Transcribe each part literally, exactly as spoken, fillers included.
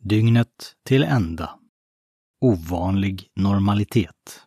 Dygnet till ända. Ovanlig normalitet.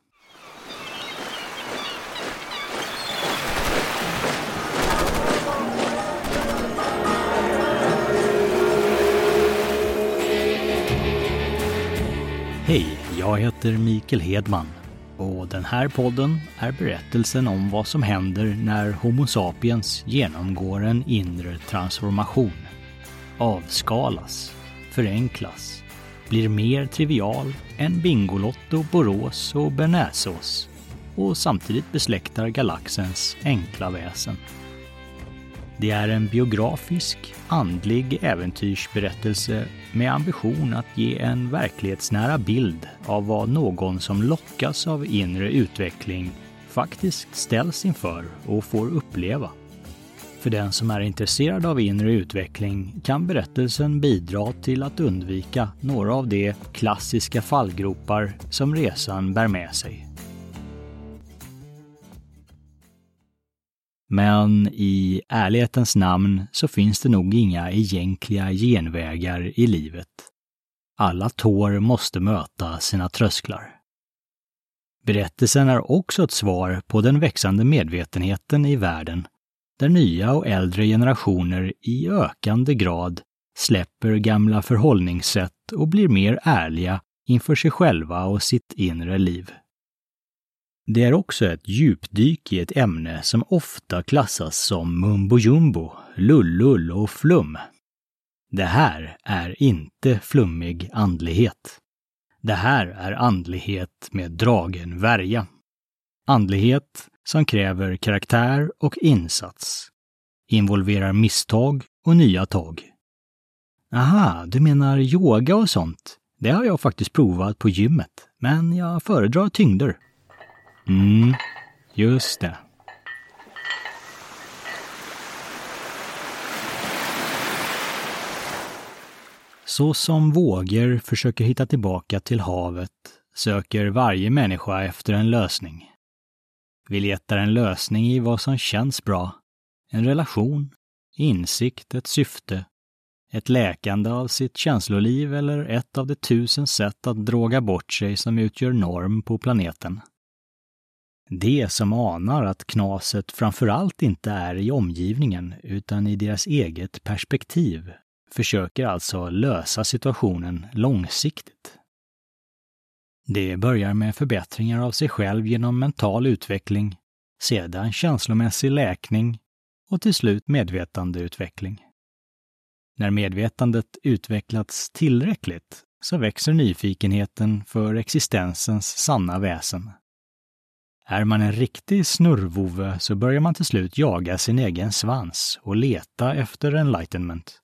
Hej, jag heter Mikael Hedman och den här podden är berättelsen om vad som händer när Homo sapiens genomgår en inre transformation, avskalas, förenklas, blir mer trivial än Bingolotto, Borås och Bearnaisesås och samtidigt besläktar galaxens enkla väsen. Det är en biografisk, andlig äventyrsberättelse med ambition att ge en verklighetsnära bild av vad någon som lockas av inre utveckling faktiskt ställs inför och får uppleva. För den som är intresserad av inre utveckling kan berättelsen bidra till att undvika några av de klassiska fallgropar som resan bär med sig. Men i ärlighetens namn så finns det nog inga egentliga genvägar i livet. Alla tår måste möta sina trösklar. Berättelsen är också ett svar på den växande medvetenheten i världen, där nya och äldre generationer i ökande grad släpper gamla förhållningssätt och blir mer ärliga inför sig själva och sitt inre liv. Det är också ett djupdyk i ett ämne som ofta klassas som mumbo jumbo, lullull och flum. Det här är inte flummig andlighet. Det här är andlighet med dragen värja. Andlighet som kräver karaktär och insats. Involverar misstag och nya tag. Aha, du menar yoga och sånt? Det har jag faktiskt provat på gymmet, men jag föredrar tyngder. Mm, just det. Så som vågor försöker hitta tillbaka till havet söker varje människa efter en lösning. Vi letar en lösning i vad som känns bra. En relation, insikt, ett syfte, ett läkande av sitt känsloliv eller ett av de tusen sätt att droga bort sig som utgör norm på planeten. Det som anar att knaset framförallt inte är i omgivningen utan i deras eget perspektiv försöker alltså lösa situationen långsiktigt. Det börjar med förbättringar av sig själv genom mental utveckling, sedan känslomässig läkning och till slut medvetandeutveckling. När medvetandet utvecklats tillräckligt så växer nyfikenheten för existensens sanna väsen. Är man en riktig snurrvove så börjar man till slut jaga sin egen svans och leta efter enlightenment.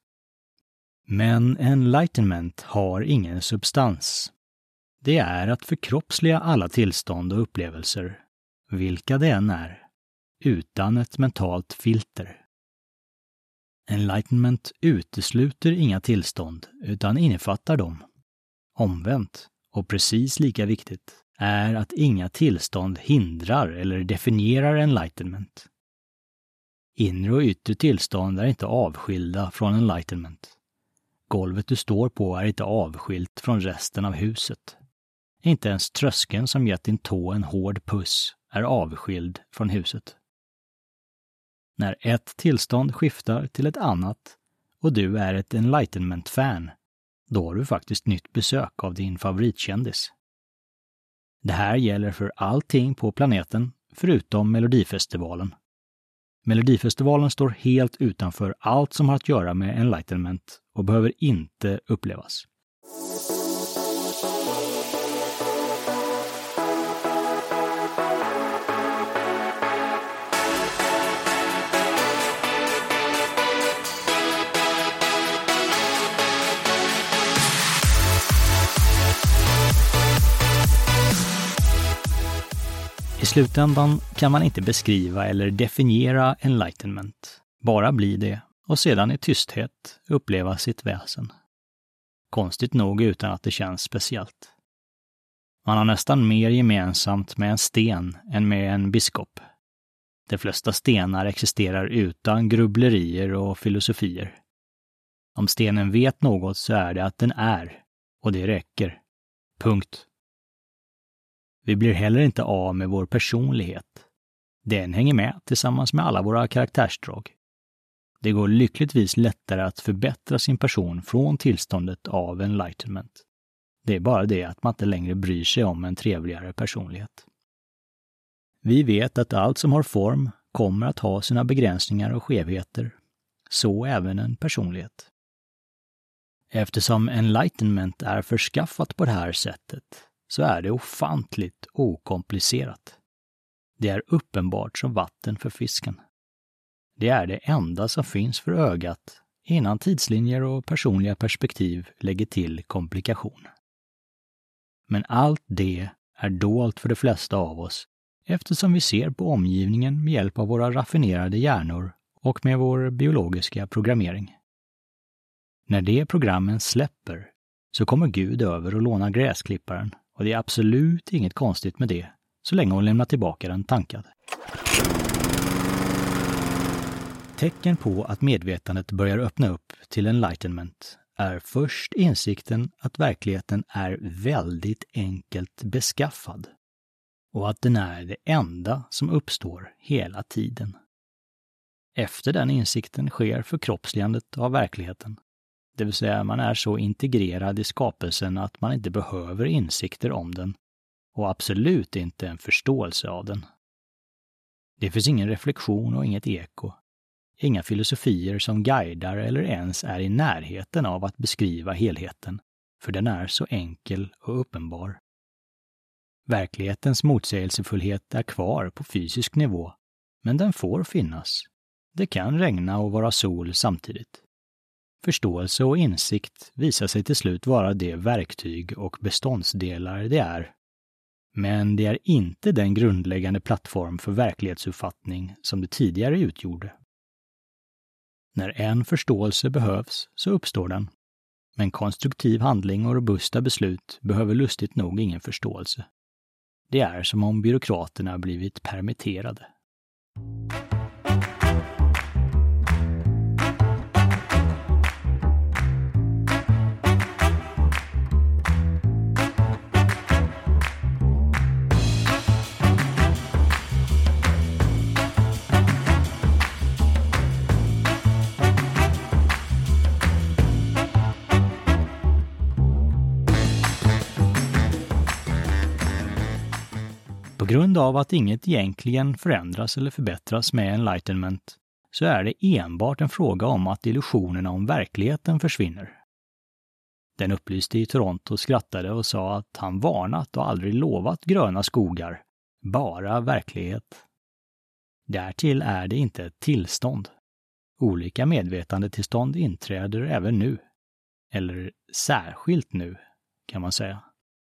Men enlightenment har ingen substans. Det är att förkroppsliga alla tillstånd och upplevelser, vilka det än är, utan ett mentalt filter. Enlightenment utesluter inga tillstånd utan innefattar dem. Omvänt, och precis lika viktigt, är att inga tillstånd hindrar eller definierar enlightenment. Inre och yttre tillstånd är inte avskilda från enlightenment. Golvet du står på är inte avskilt från resten av huset. Inte ens tröskeln som gett din tå en hård puss är avskild från huset. När ett tillstånd skiftar till ett annat och du är ett enlightenment-fan, då har du faktiskt nytt besök av din favoritkändis. Det här gäller för allting på planeten förutom Melodifestivalen. Melodifestivalen står helt utanför allt som har att göra med enlightenment och behöver inte upplevas. I slutändan kan man inte beskriva eller definiera enlightenment, bara bli det och sedan i tysthet uppleva sitt väsen. Konstigt nog utan att det känns speciellt. Man har nästan mer gemensamt med en sten än med en biskop. De flesta stenar existerar utan grubblerier och filosofier. Om stenen vet något så är det att den är Och det räcker. Punkt. Vi blir heller inte av med vår personlighet. Den hänger med tillsammans med alla våra karaktärsdrag. Det går lyckligtvis lättare att förbättra sin person från tillståndet av enlightenment. Det är bara det att man inte längre bryr sig om en trevligare personlighet. Vi vet att allt som har form kommer att ha sina begränsningar och skevheter. Så även en personlighet. Eftersom enlightenment är förskaffat på det här sättet så är det ofantligt okomplicerat. Det är uppenbart som vatten för fisken. Det är det enda som finns för ögat innan tidslinjer och personliga perspektiv lägger till komplikation. Men allt det är dolt för de flesta av oss eftersom vi ser på omgivningen med hjälp av våra raffinerade hjärnor och med vår biologiska programmering. När de programmen släpper så kommer Gud över och lånar gräsklipparen och det är absolut inget konstigt med det så länge hon lämnar tillbaka den tankad. Tecken på att medvetandet börjar öppna upp till enlightenment är först insikten att verkligheten är väldigt enkelt beskaffad och att den är det enda som uppstår hela tiden. Efter den insikten sker förkroppsligandet av verkligheten. Det vill säga man är så integrerad i skapelsen att man inte behöver insikter om den och absolut inte en förståelse av den. Det finns ingen reflektion och inget eko. Inga filosofier som guidar eller ens är i närheten av att beskriva helheten, för den är så enkel och uppenbar. Verklighetens motsägelsefullhet är kvar på fysisk nivå, men den får finnas. Det kan regna och vara sol samtidigt. Förståelse och insikt visar sig till slut vara de verktyg och beståndsdelar det är. Men det är inte den grundläggande plattform för verklighetsuppfattning som det tidigare utgjorde. När en förståelse behövs så uppstår den. Men konstruktiv handling och robusta beslut behöver lustigt nog ingen förståelse. Det är som om byråkraterna blivit permitterade. På grund av att inget egentligen förändras eller förbättras med enlightenment så är det enbart en fråga om att illusionerna om verkligheten försvinner. Den upplyste i Toronto skrattade och sa att han varnat och aldrig lovat gröna skogar, bara verklighet. Därtill är det inte ett tillstånd. Olika medvetandetillstånd inträder även nu. Eller särskilt nu, kan man säga.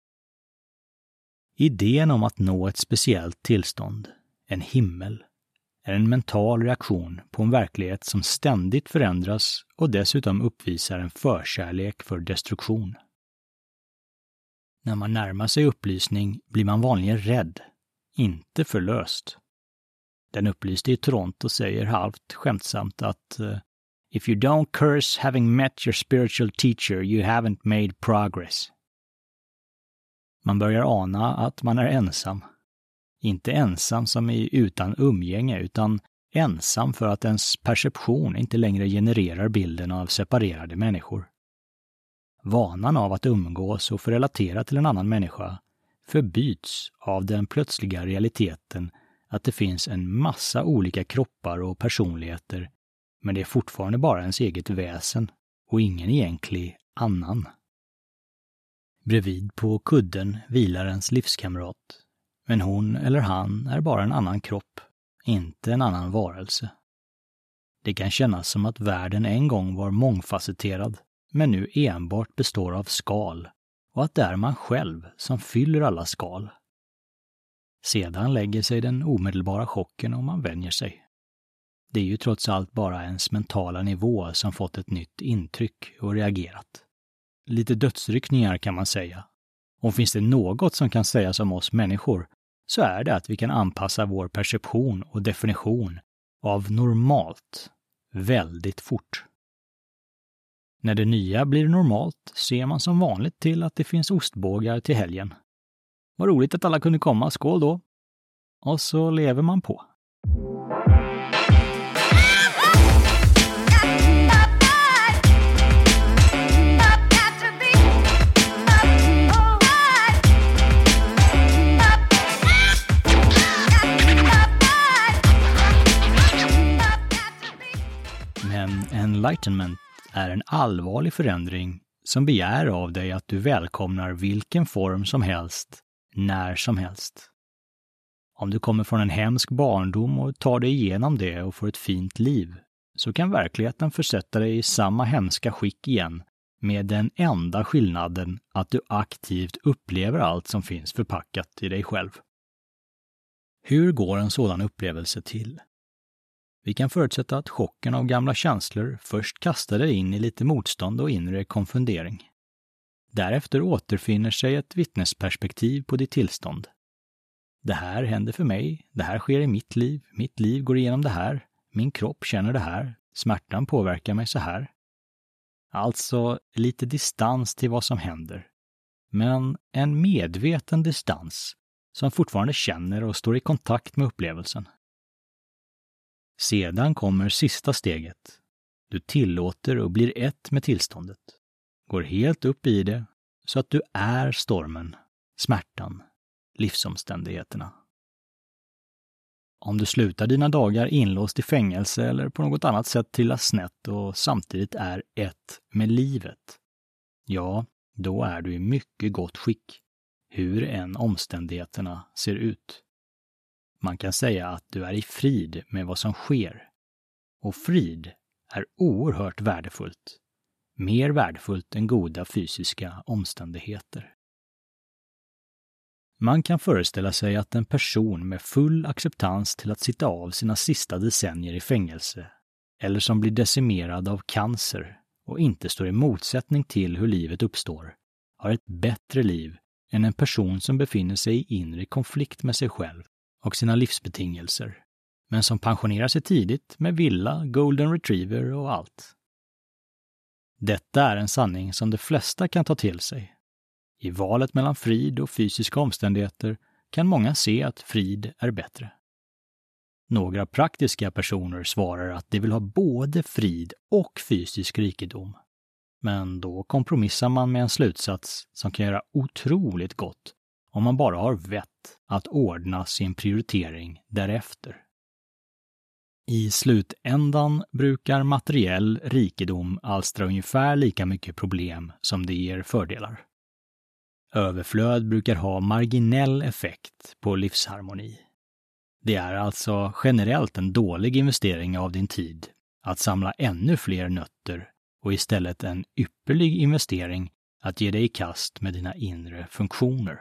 Idén om att nå ett speciellt tillstånd, en himmel, är en mental reaktion på en verklighet som ständigt förändras och dessutom uppvisar en förkärlek för destruktion. När man närmar sig upplysning blir man vanligen rädd, inte förlöst. Den upplyste i Toronto säger halvt skämtsamt att uh, If you don't curse having met your spiritual teacher, you haven't made progress. Man börjar ana att man är ensam. Inte ensam som i utan umgänge, utan ensam för att ens perception inte längre genererar bilden av separerade människor. Vanan av att umgås och få relatera till en annan människa förbyts av den plötsliga realiteten att det finns en massa olika kroppar och personligheter, men det är fortfarande bara ens eget väsen och ingen egentlig annan. Bredvid på kudden vilar ens livskamrat, men hon eller han är bara en annan kropp, inte en annan varelse. Det kan kännas som att världen en gång var mångfacetterad, men nu enbart består av skal, och att det är man själv som fyller alla skal. Sedan lägger sig den omedelbara chocken om man vänjer sig. Det är ju trots allt bara ens mentala nivå som fått ett nytt intryck och reagerat. Lite dödsryckningar kan man säga. Och finns det något som kan sägas om oss människor så är det att vi kan anpassa vår perception och definition av normalt väldigt fort. När det nya blir normalt ser man som vanligt till att det finns ostbågar till helgen. Vad roligt att alla kunde komma, skål då! Och så lever man på. Men enlightenment är en allvarlig förändring som begär av dig att du välkomnar vilken form som helst, när som helst. Om du kommer från en hemsk barndom och tar dig igenom det och får ett fint liv, så kan verkligheten försätta dig i samma hemska skick igen, med den enda skillnaden att du aktivt upplever allt som finns förpackat i dig själv. Hur går en sådan upplevelse till? Vi kan förutsätta att chocken av gamla känslor först kastar dig in i lite motstånd och inre konfundering. Därefter återfinner sig ett vittnesperspektiv på ditt tillstånd. Det här händer för mig, det här sker i mitt liv, mitt liv går igenom det här, min kropp känner det här, smärtan påverkar mig så här. Alltså lite distans till vad som händer, men en medveten distans som fortfarande känner och står i kontakt med upplevelsen. Sedan kommer sista steget. Du tillåter och blir ett med tillståndet. Går helt upp i det så att du är stormen, smärtan, livsomständigheterna. Om du slutar dina dagar inlåst i fängelse eller på något annat sätt trillar snett och samtidigt är ett med livet, ja, då är du i mycket gott skick, hur än omständigheterna ser ut. Man kan säga att du är i frid med vad som sker. Och frid är oerhört värdefullt. Mer värdefullt än goda fysiska omständigheter. Man kan föreställa sig att en person med full acceptans till att sitta av sina sista decennier i fängelse, eller som blir decimerad av cancer och inte står i motsättning till hur livet uppstår, har ett bättre liv än en person som befinner sig i inre konflikt med sig själv och sina livsbetingelser, men som pensionerar sig tidigt med villa, golden retriever och allt. Detta är en sanning som de flesta kan ta till sig. I valet mellan frid och fysiska omständigheter kan många se att frid är bättre. Några praktiska personer svarar att de vill ha både frid och fysisk rikedom. Men då kompromissar man med en slutsats som kan göra otroligt gott om man bara har vett att ordna sin prioritering därefter. I slutändan brukar materiell rikedom alstra ungefär lika mycket problem som det ger fördelar. Överflöd brukar ha marginell effekt på livsharmoni. Det är alltså generellt en dålig investering av din tid att samla ännu fler nötter och istället en ypperlig investering att ge dig i kast med dina inre funktioner.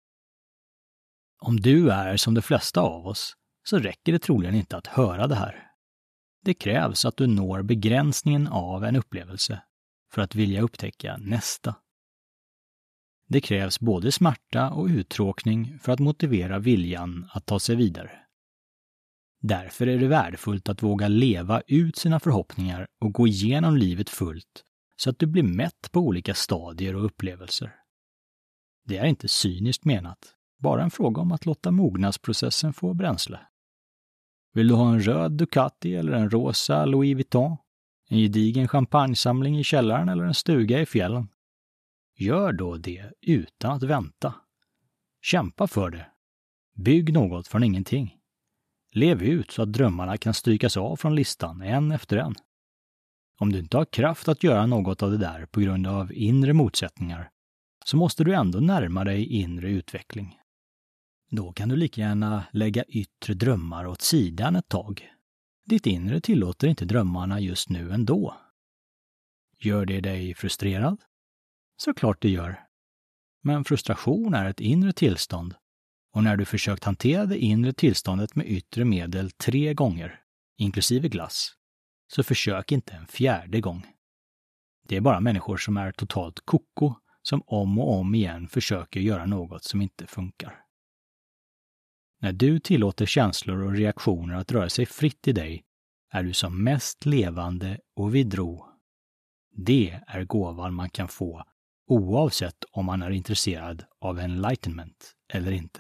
Om du är som de flesta av oss så räcker det troligen inte att höra det här. Det krävs att du når begränsningen av en upplevelse för att vilja upptäcka nästa. Det krävs både smärta och uttråkning för att motivera viljan att ta sig vidare. Därför är det värdefullt att våga leva ut sina förhoppningar och gå igenom livet fullt så att du blir mätt på olika stadier och upplevelser. Det är inte cyniskt menat, bara en fråga om att låta mognadsprocessen få bränsle. Vill du ha en röd Ducati eller en rosa Louis Vuitton? En gedigen champagnesamling i källaren eller en stuga i fjällen? Gör då det utan att vänta. Kämpa för det. Bygg något från ingenting. Lev ut så att drömmarna kan strykas av från listan en efter en. Om du inte har kraft att göra något av det där på grund av inre motsättningar, så måste du ändå närma dig inre utveckling. Då kan du lika gärna lägga yttre drömmar åt sidan ett tag. Ditt inre tillåter inte drömmarna just nu ändå. Gör det dig frustrerad? Såklart det gör. Men frustration är ett inre tillstånd. Och när du försökt hantera det inre tillståndet med yttre medel tre gånger, inklusive glass, så försök inte en fjärde gång. Det är bara människor som är totalt koko som om och om igen försöker göra något som inte funkar. När du tillåter känslor och reaktioner att röra sig fritt i dig är du som mest levande och vid ro. Det är gåvan man kan få oavsett om man är intresserad av enlightenment eller inte.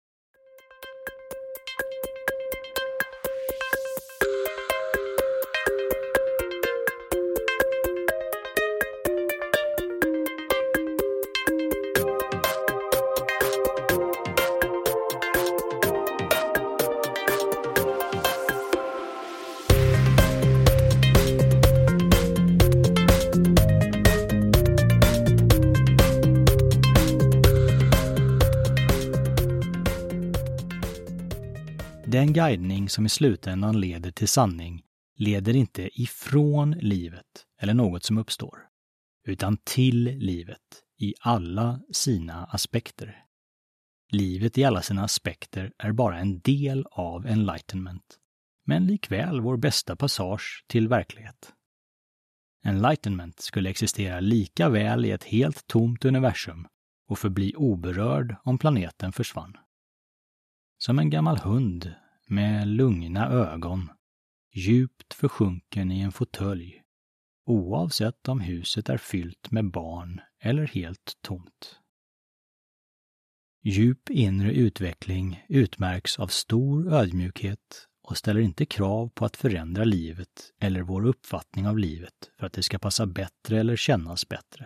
Den guidning som i slutändan leder till sanning leder inte ifrån livet eller något som uppstår, utan till livet i alla sina aspekter. Livet i alla sina aspekter är bara en del av enlightenment, men likväl vår bästa passage till verklighet. Enlightenment skulle existera lika väl i ett helt tomt universum och förbli oberörd om planeten försvann. Som en gammal hund med lugna ögon, djupt försjunken i en fåtölj, oavsett om huset är fyllt med barn eller helt tomt. Djup inre utveckling utmärks av stor ödmjukhet och ställer inte krav på att förändra livet eller vår uppfattning av livet för att det ska passa bättre eller kännas bättre.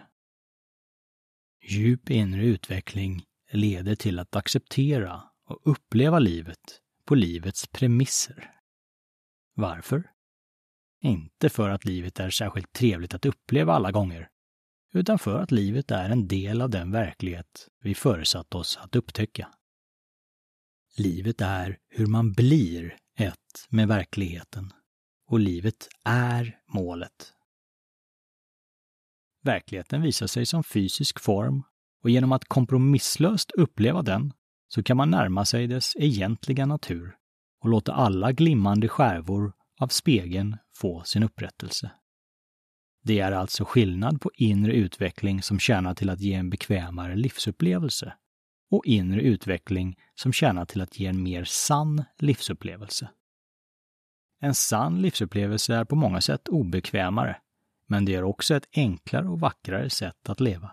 Djup inre utveckling leder till att acceptera och uppleva livet på livets premisser. Varför? Inte för att livet är särskilt trevligt att uppleva alla gånger, utan för att livet är en del av den verklighet vi föresatt oss att upptäcka. Livet är hur man blir ett med verkligheten, och livet är målet. Verkligheten visar sig som fysisk form, och genom att kompromisslöst uppleva den så kan man närma sig dess egentliga natur och låta alla glimmande skärvor av spegeln få sin upprättelse. Det är alltså skillnad på inre utveckling som tjänar till att ge en bekvämare livsupplevelse och inre utveckling som tjänar till att ge en mer sann livsupplevelse. En sann livsupplevelse är på många sätt obekvämare, men det är också ett enklare och vackrare sätt att leva.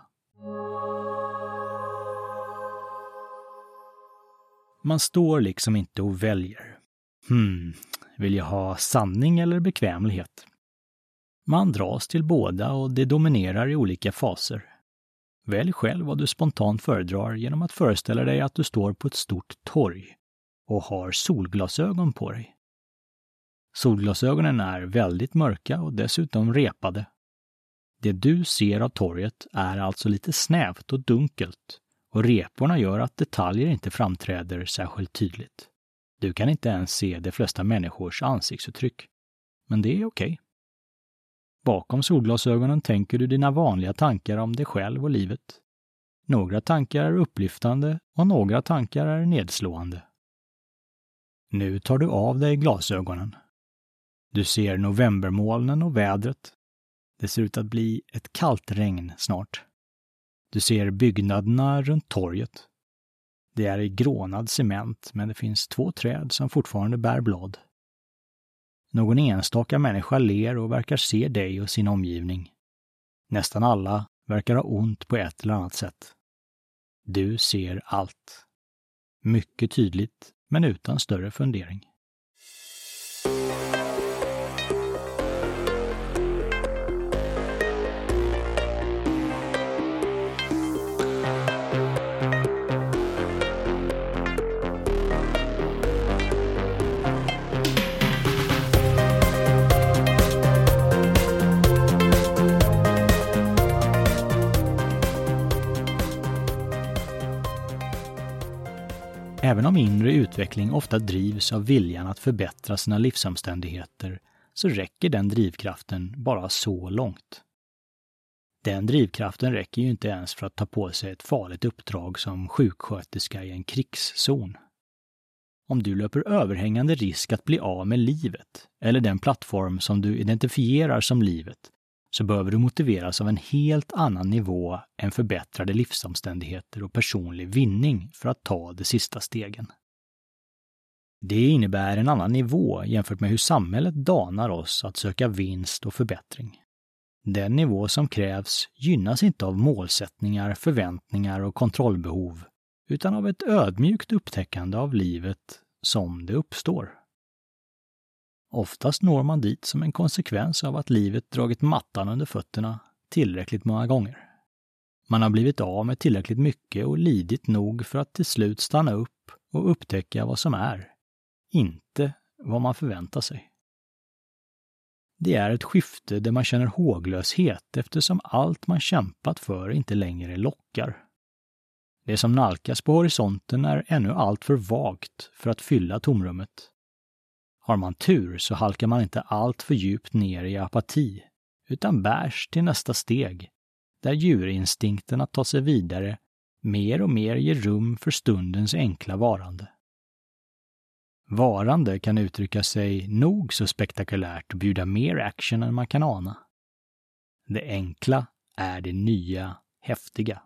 Man står liksom inte och väljer. Hmm, vill jag ha sanning eller bekvämlighet? Man dras till båda och det dominerar i olika faser. Välj själv vad du spontant föredrar genom att föreställa dig att du står på ett stort torg och har solglasögon på dig. Solglasögonen är väldigt mörka och dessutom repade. Det du ser av torget är alltså lite snävt och dunkelt, och reporna gör att detaljer inte framträder särskilt tydligt. Du kan inte ens se de flesta människors ansiktsuttryck, men det är okej. Bakom solglasögonen tänker du dina vanliga tankar om dig själv och livet. Några tankar är upplyftande och några tankar är nedslående. Nu tar du av dig glasögonen. Du ser novembermolnen och vädret. Det ser ut att bli ett kallt regn snart. Du ser byggnaderna runt torget. Det är i grånad cement, men det finns två träd som fortfarande bär blad. Någon enstaka människa ler och verkar se dig och sin omgivning. Nästan alla verkar ha ont på ett eller annat sätt. Du ser allt. Mycket tydligt, men utan större fundering. Även om inre utveckling ofta drivs av viljan att förbättra sina livsomständigheter så räcker den drivkraften bara så långt. Den drivkraften räcker ju inte ens för att ta på sig ett farligt uppdrag som sjuksköterska i en krigszon. Om du löper överhängande risk att bli av med livet eller den plattform som du identifierar som livet, så behöver du motiveras av en helt annan nivå än förbättrade livsomständigheter och personlig vinning för att ta de sista stegen. Det innebär en annan nivå jämfört med hur samhället danar oss att söka vinst och förbättring. Den nivå som krävs gynnas inte av målsättningar, förväntningar och kontrollbehov, utan av ett ödmjukt upptäckande av livet som det uppstår. Oftast når man dit som en konsekvens av att livet dragit mattan under fötterna tillräckligt många gånger. Man har blivit av med tillräckligt mycket och lidit nog för att till slut stanna upp och upptäcka vad som är, inte vad man förväntar sig. Det är ett skifte där man känner håglöshet eftersom allt man kämpat för inte längre lockar. Det som nalkas på horisonten är ännu allt för vagt för att fylla tomrummet. Har man tur så halkar man inte allt för djupt ner i apati, utan bärs till nästa steg, där djurinstinkten att ta sig vidare mer och mer ger rum för stundens enkla varande. Varande kan uttrycka sig nog så spektakulärt och bjuda mer action än man kan ana. Det enkla är det nya, häftiga.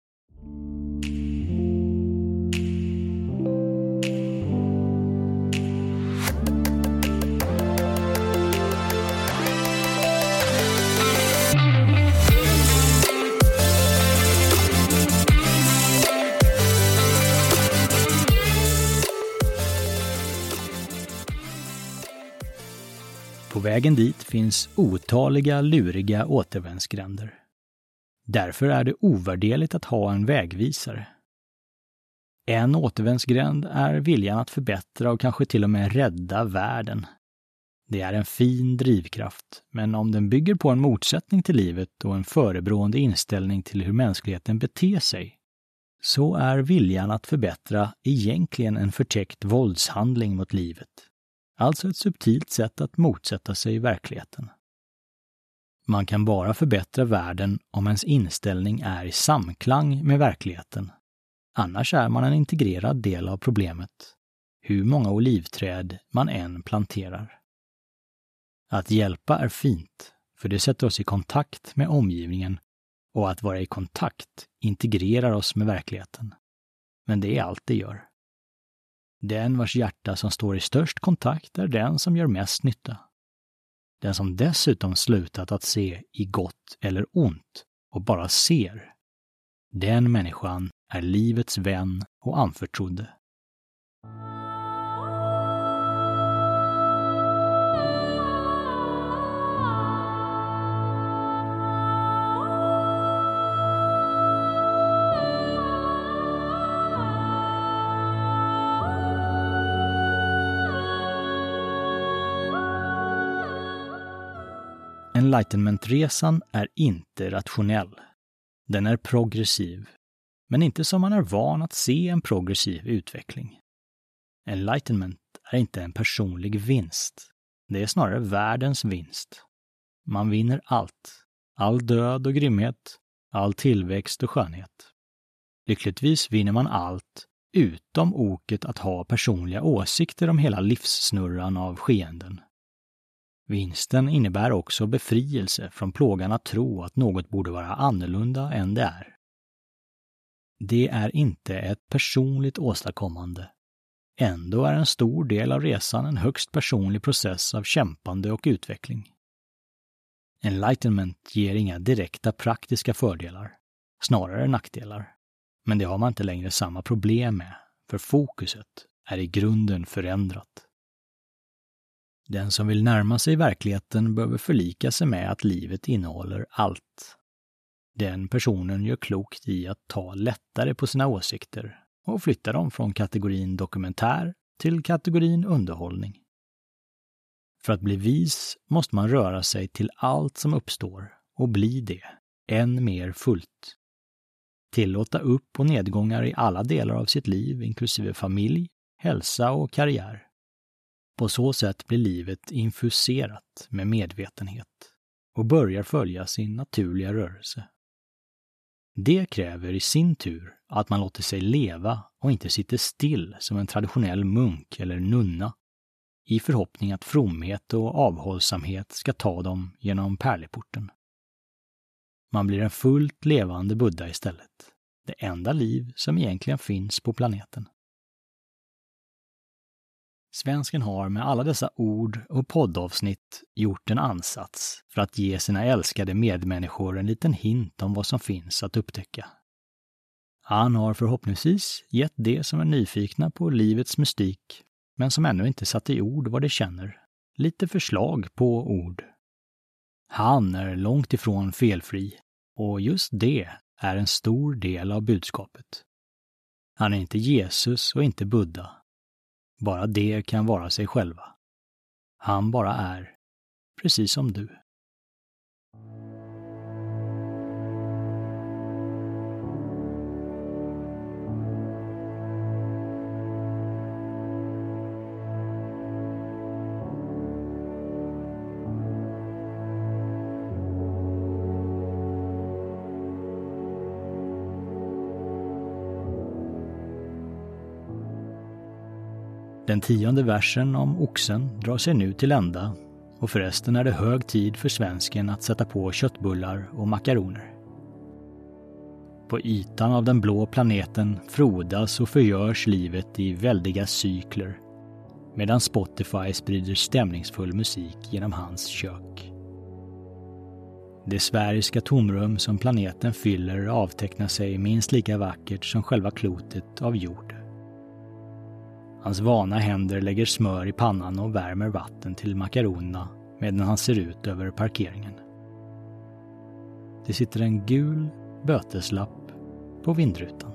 På vägen dit finns otaliga luriga återvändsgränder. Därför är det ovärderligt att ha en vägvisare. En återvändsgränd är viljan att förbättra och kanske till och med rädda världen. Det är en fin drivkraft, men om den bygger på en motsättning till livet och en förebrående inställning till hur mänskligheten beter sig, så är viljan att förbättra egentligen en förtäckt våldshandling mot livet. Alltså ett subtilt sätt att motsätta sig verkligheten. Man kan bara förbättra världen om ens inställning är i samklang med verkligheten. Annars är man en integrerad del av problemet, hur många olivträd man än planterar. Att hjälpa är fint, för det sätter oss i kontakt med omgivningen, och att vara i kontakt integrerar oss med verkligheten. Men det är allt det gör. Den vars hjärta som står i störst kontakt är den som gör mest nytta. Den som dessutom slutat att se i gott eller ont och bara ser. Den människan är livets vän och anförtrodde. Enlightenment-resan är inte rationell. Den är progressiv, men inte som man är van att se en progressiv utveckling. Enlightenment är inte en personlig vinst. Det är snarare världens vinst. Man vinner allt. All död och grymhet, all tillväxt och skönhet. Lyckligtvis vinner man allt utom oket att ha personliga åsikter om hela livssnurran av skeenden. Vinsten innebär också befrielse från plågan att tro att något borde vara annorlunda än det är. Det är inte ett personligt åstadkommande. Ändå är en stor del av resan en högst personlig process av kämpande och utveckling. Enlightenment ger inga direkta praktiska fördelar, snarare nackdelar. Men det har man inte längre samma problem med, för fokuset är i grunden förändrat. Den som vill närma sig verkligheten behöver förlika sig med att livet innehåller allt. Den personen gör klokt i att ta lättare på sina åsikter och flytta dem från kategorin dokumentär till kategorin underhållning. För att bli vis måste man röra sig till allt som uppstår och bli det, än mer fullt. Tillåta upp- och nedgångar i alla delar av sitt liv, inklusive familj, hälsa och karriär. På så sätt blir livet infuserat med medvetenhet och börjar följa sin naturliga rörelse. Det kräver i sin tur att man låter sig leva och inte sitter still som en traditionell munk eller nunna i förhoppning att fromhet och avhållsamhet ska ta dem genom pärleporten. Man blir en fullt levande Buddha istället, det enda liv som egentligen finns på planeten. Svensken har med alla dessa ord och poddavsnitt gjort en ansats för att ge sina älskade medmänniskor en liten hint om vad som finns att upptäcka. Han har förhoppningsvis gett det som är nyfikna på livets mystik, men som ännu inte satt i ord vad de känner, lite förslag på ord. Han är långt ifrån felfri, och just det är en stor del av budskapet. Han är inte Jesus och inte Buddha. Bara det kan vara sig själva. Han bara är, precis som du. Den tionde versen om oxen drar sig nu till ända, och förresten är det hög tid för svensken att sätta på köttbullar och makaroner. På ytan av den blå planeten frodas och förgörs livet i väldiga cykler, medan Spotify sprider stämningsfull musik genom hans kök. Det sfäriska tomrum som planeten fyller avtecknar sig minst lika vackert som själva klotet av jord. Hans vana händer lägger smör i pannan och värmer vatten till makaronerna medan han ser ut över parkeringen. Det sitter en gul böteslapp på vindrutan.